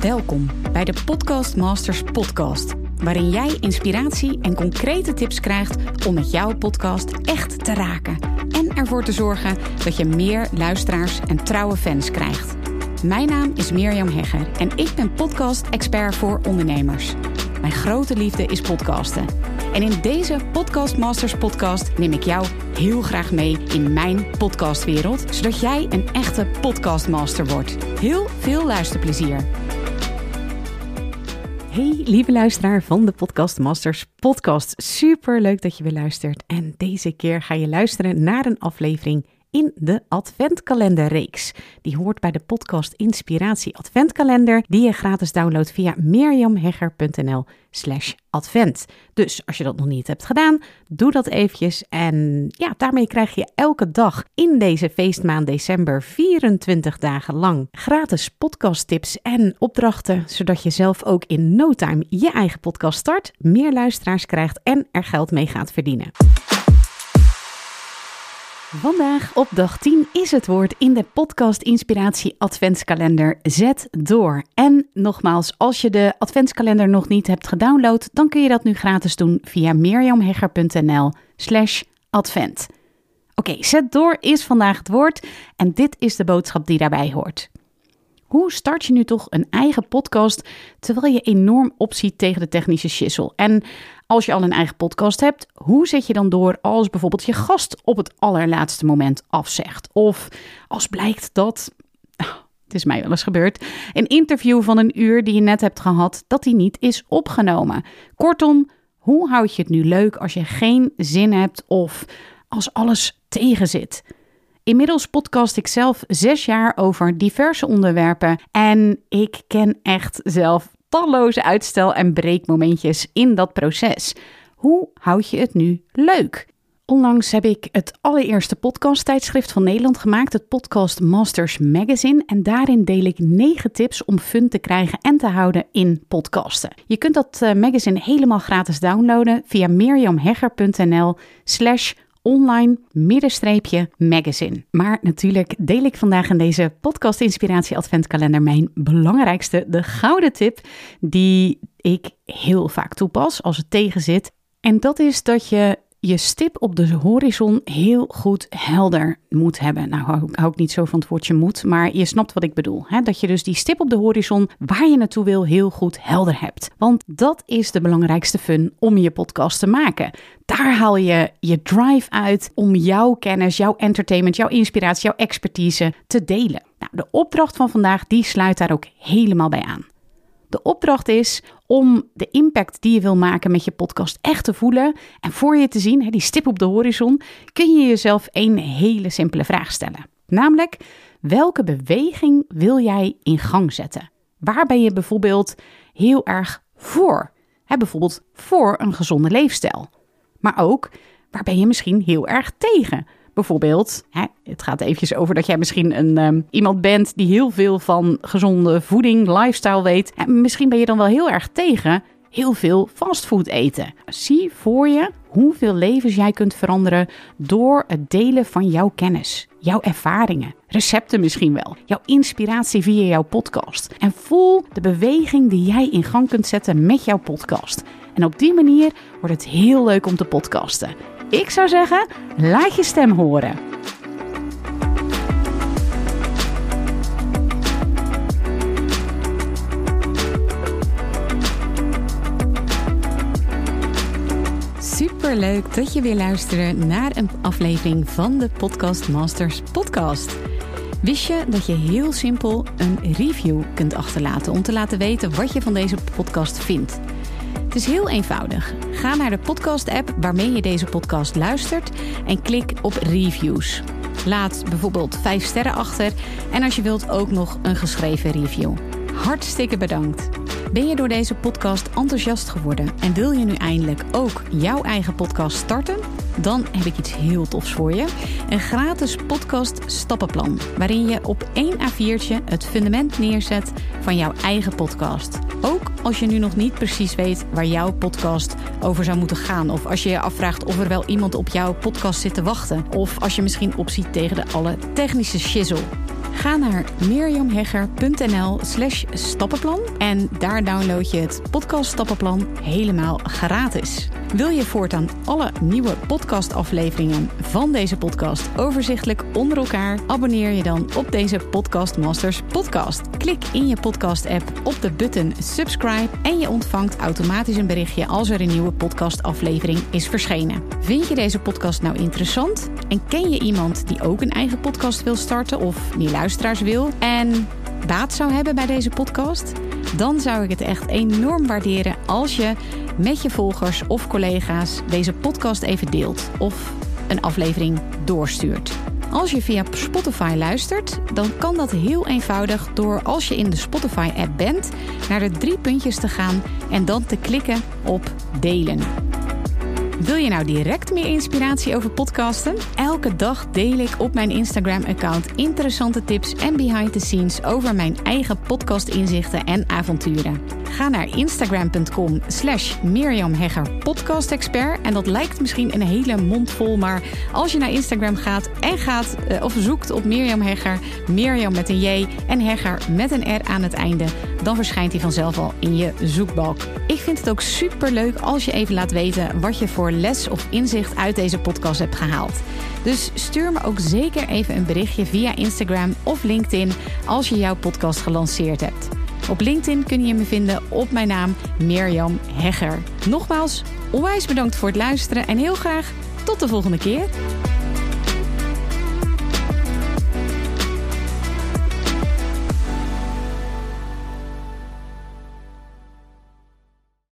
Welkom bij de Podcast Masters podcast, waarin jij inspiratie en concrete tips krijgt om met jouw podcast echt te raken en ervoor te zorgen dat je meer luisteraars en trouwe fans krijgt. Mijn naam is Mirjam Hegger en ik ben podcast-expert voor ondernemers. Mijn grote liefde is podcasten. En in deze Podcast Masters podcast neem ik jou heel graag mee in mijn podcastwereld, zodat jij een echte podcastmaster wordt. Heel veel luisterplezier. Hey, lieve luisteraar van de Podcast Masters podcast. Super leuk dat je weer luistert. En deze keer ga je luisteren naar een aflevering in de Adventkalenderreeks. Die hoort bij de podcast Inspiratie Adventkalender, die je gratis downloadt via mirjamhegger.nl/advent. Dus als je dat nog niet hebt gedaan, doe dat eventjes. En ja, daarmee krijg je elke dag in deze feestmaand december 24 dagen lang gratis podcasttips en opdrachten, zodat je zelf ook in no time je eigen podcast start, meer luisteraars krijgt en er geld mee gaat verdienen. Vandaag op dag 10 is het woord in de podcast Inspiratie Adventskalender. Zet door. En nogmaals, als je de Adventskalender nog niet hebt gedownload, dan kun je dat nu gratis doen via mirjamhegger.nl/advent. Oké, zet door is vandaag het woord en dit is de boodschap die daarbij hoort. Hoe start je nu toch een eigen podcast terwijl je enorm opziet tegen de technische shizzle? En als je al een eigen podcast hebt, hoe zet je dan door als bijvoorbeeld je gast op het allerlaatste moment afzegt? Of als blijkt dat, het is mij wel eens gebeurd, een interview van een uur die je net hebt gehad, dat die niet is opgenomen. Kortom, hoe houd je het nu leuk als je geen zin hebt of als alles tegenzit? Inmiddels podcast ik zelf 6 jaar over diverse onderwerpen en ik ken echt zelf talloze uitstel- en breekmomentjes in dat proces. Hoe houd je het nu leuk? Onlangs heb ik het allereerste podcasttijdschrift van Nederland gemaakt, het Podcast Masters Magazine. En daarin deel ik 9 tips om fun te krijgen en te houden in podcasten. Je kunt dat magazine helemaal gratis downloaden via mirjamhegger.nl/online-magazine. Maar natuurlijk deel ik vandaag in deze podcast Inspiratie Adventkalender mijn belangrijkste, de gouden tip, die ik heel vaak toepas als het tegenzit. En dat is dat je je stip op de horizon heel goed helder moet hebben. Nou, hou ik niet zo van het woordje moet, maar je snapt wat ik bedoel. Hè? Dat je dus die stip op de horizon waar je naartoe wil heel goed helder hebt. Want dat is de belangrijkste fun om je podcast te maken. Daar haal je je drive uit om jouw kennis, jouw entertainment, jouw inspiratie, jouw expertise te delen. Nou, de opdracht van vandaag die sluit daar ook helemaal bij aan. De opdracht is om de impact die je wil maken met je podcast echt te voelen. En voor je te zien, die stip op de horizon, kun je jezelf een hele simpele vraag stellen. Namelijk, welke beweging wil jij in gang zetten? Waar ben je bijvoorbeeld heel erg voor? Bijvoorbeeld voor een gezonde leefstijl. Maar ook, waar ben je misschien heel erg tegen? Bijvoorbeeld, het gaat eventjes over dat jij misschien iemand bent die heel veel van gezonde voeding, lifestyle weet. En misschien ben je dan wel heel erg tegen heel veel fastfood eten. Zie voor je hoeveel levens jij kunt veranderen door het delen van jouw kennis, jouw ervaringen, recepten misschien wel, jouw inspiratie via jouw podcast. En voel de beweging die jij in gang kunt zetten met jouw podcast. En op die manier wordt het heel leuk om te podcasten. Ik zou zeggen, laat je stem horen. Superleuk dat je weer luistert naar een aflevering van de Podcast Masters podcast. Wist je dat je heel simpel een review kunt achterlaten om te laten weten wat je van deze podcast vindt? Het is heel eenvoudig. Ga naar de podcast-app waarmee je deze podcast luistert en klik op reviews. Laat bijvoorbeeld 5 sterren achter en als je wilt ook nog een geschreven review. Hartstikke bedankt. Ben je door deze podcast enthousiast geworden en wil je nu eindelijk ook jouw eigen podcast starten? Dan heb ik iets heel tofs voor je. Een gratis podcast stappenplan, waarin je op 1 A4'tje het fundament neerzet van jouw eigen podcast. Ook als je nu nog niet precies weet waar jouw podcast over zou moeten gaan. Of als je je afvraagt of er wel iemand op jouw podcast zit te wachten. Of als je misschien opziet tegen alle technische shizzle. Ga naar mirjamhegger.nl/stappenplan en daar download je het podcast Stappenplan helemaal gratis. Wil je voortaan alle nieuwe podcastafleveringen van deze podcast overzichtelijk onder elkaar? Abonneer je dan op deze Podcast Masters podcast. Klik in je podcast-app op de button subscribe en je ontvangt automatisch een berichtje als er een nieuwe podcastaflevering is verschenen. Vind je deze podcast nou interessant? En ken je iemand die ook een eigen podcast wil starten of die luisteraars wil en baat zou hebben bij deze podcast? Dan zou ik het echt enorm waarderen als je met je volgers of collega's deze podcast even deelt of een aflevering doorstuurt. Als je via Spotify luistert, dan kan dat heel eenvoudig door als je in de Spotify-app bent naar de 3 puntjes te gaan en dan te klikken op delen. Wil je nou direct meer inspiratie over podcasten? Elke dag deel ik op mijn Instagram-account interessante tips en behind the scenes over mijn eigen podcastinzichten en avonturen. Ga naar instagram.com/mirjamheggerpodcastexpert en dat lijkt misschien een hele mond vol, maar als je naar Instagram gaat of zoekt op Mirjam Hegger, Mirjam met een J en Hegger met een R aan het einde, dan verschijnt hij vanzelf al in je zoekbalk. Ik vind het ook superleuk als je even laat weten wat je voor les of inzicht uit deze podcast hebt gehaald. Dus stuur me ook zeker even een berichtje via Instagram of LinkedIn als je jouw podcast gelanceerd hebt. Op LinkedIn kun je me vinden op mijn naam Mirjam Hegger. Nogmaals, onwijs bedankt voor het luisteren en heel graag tot de volgende keer.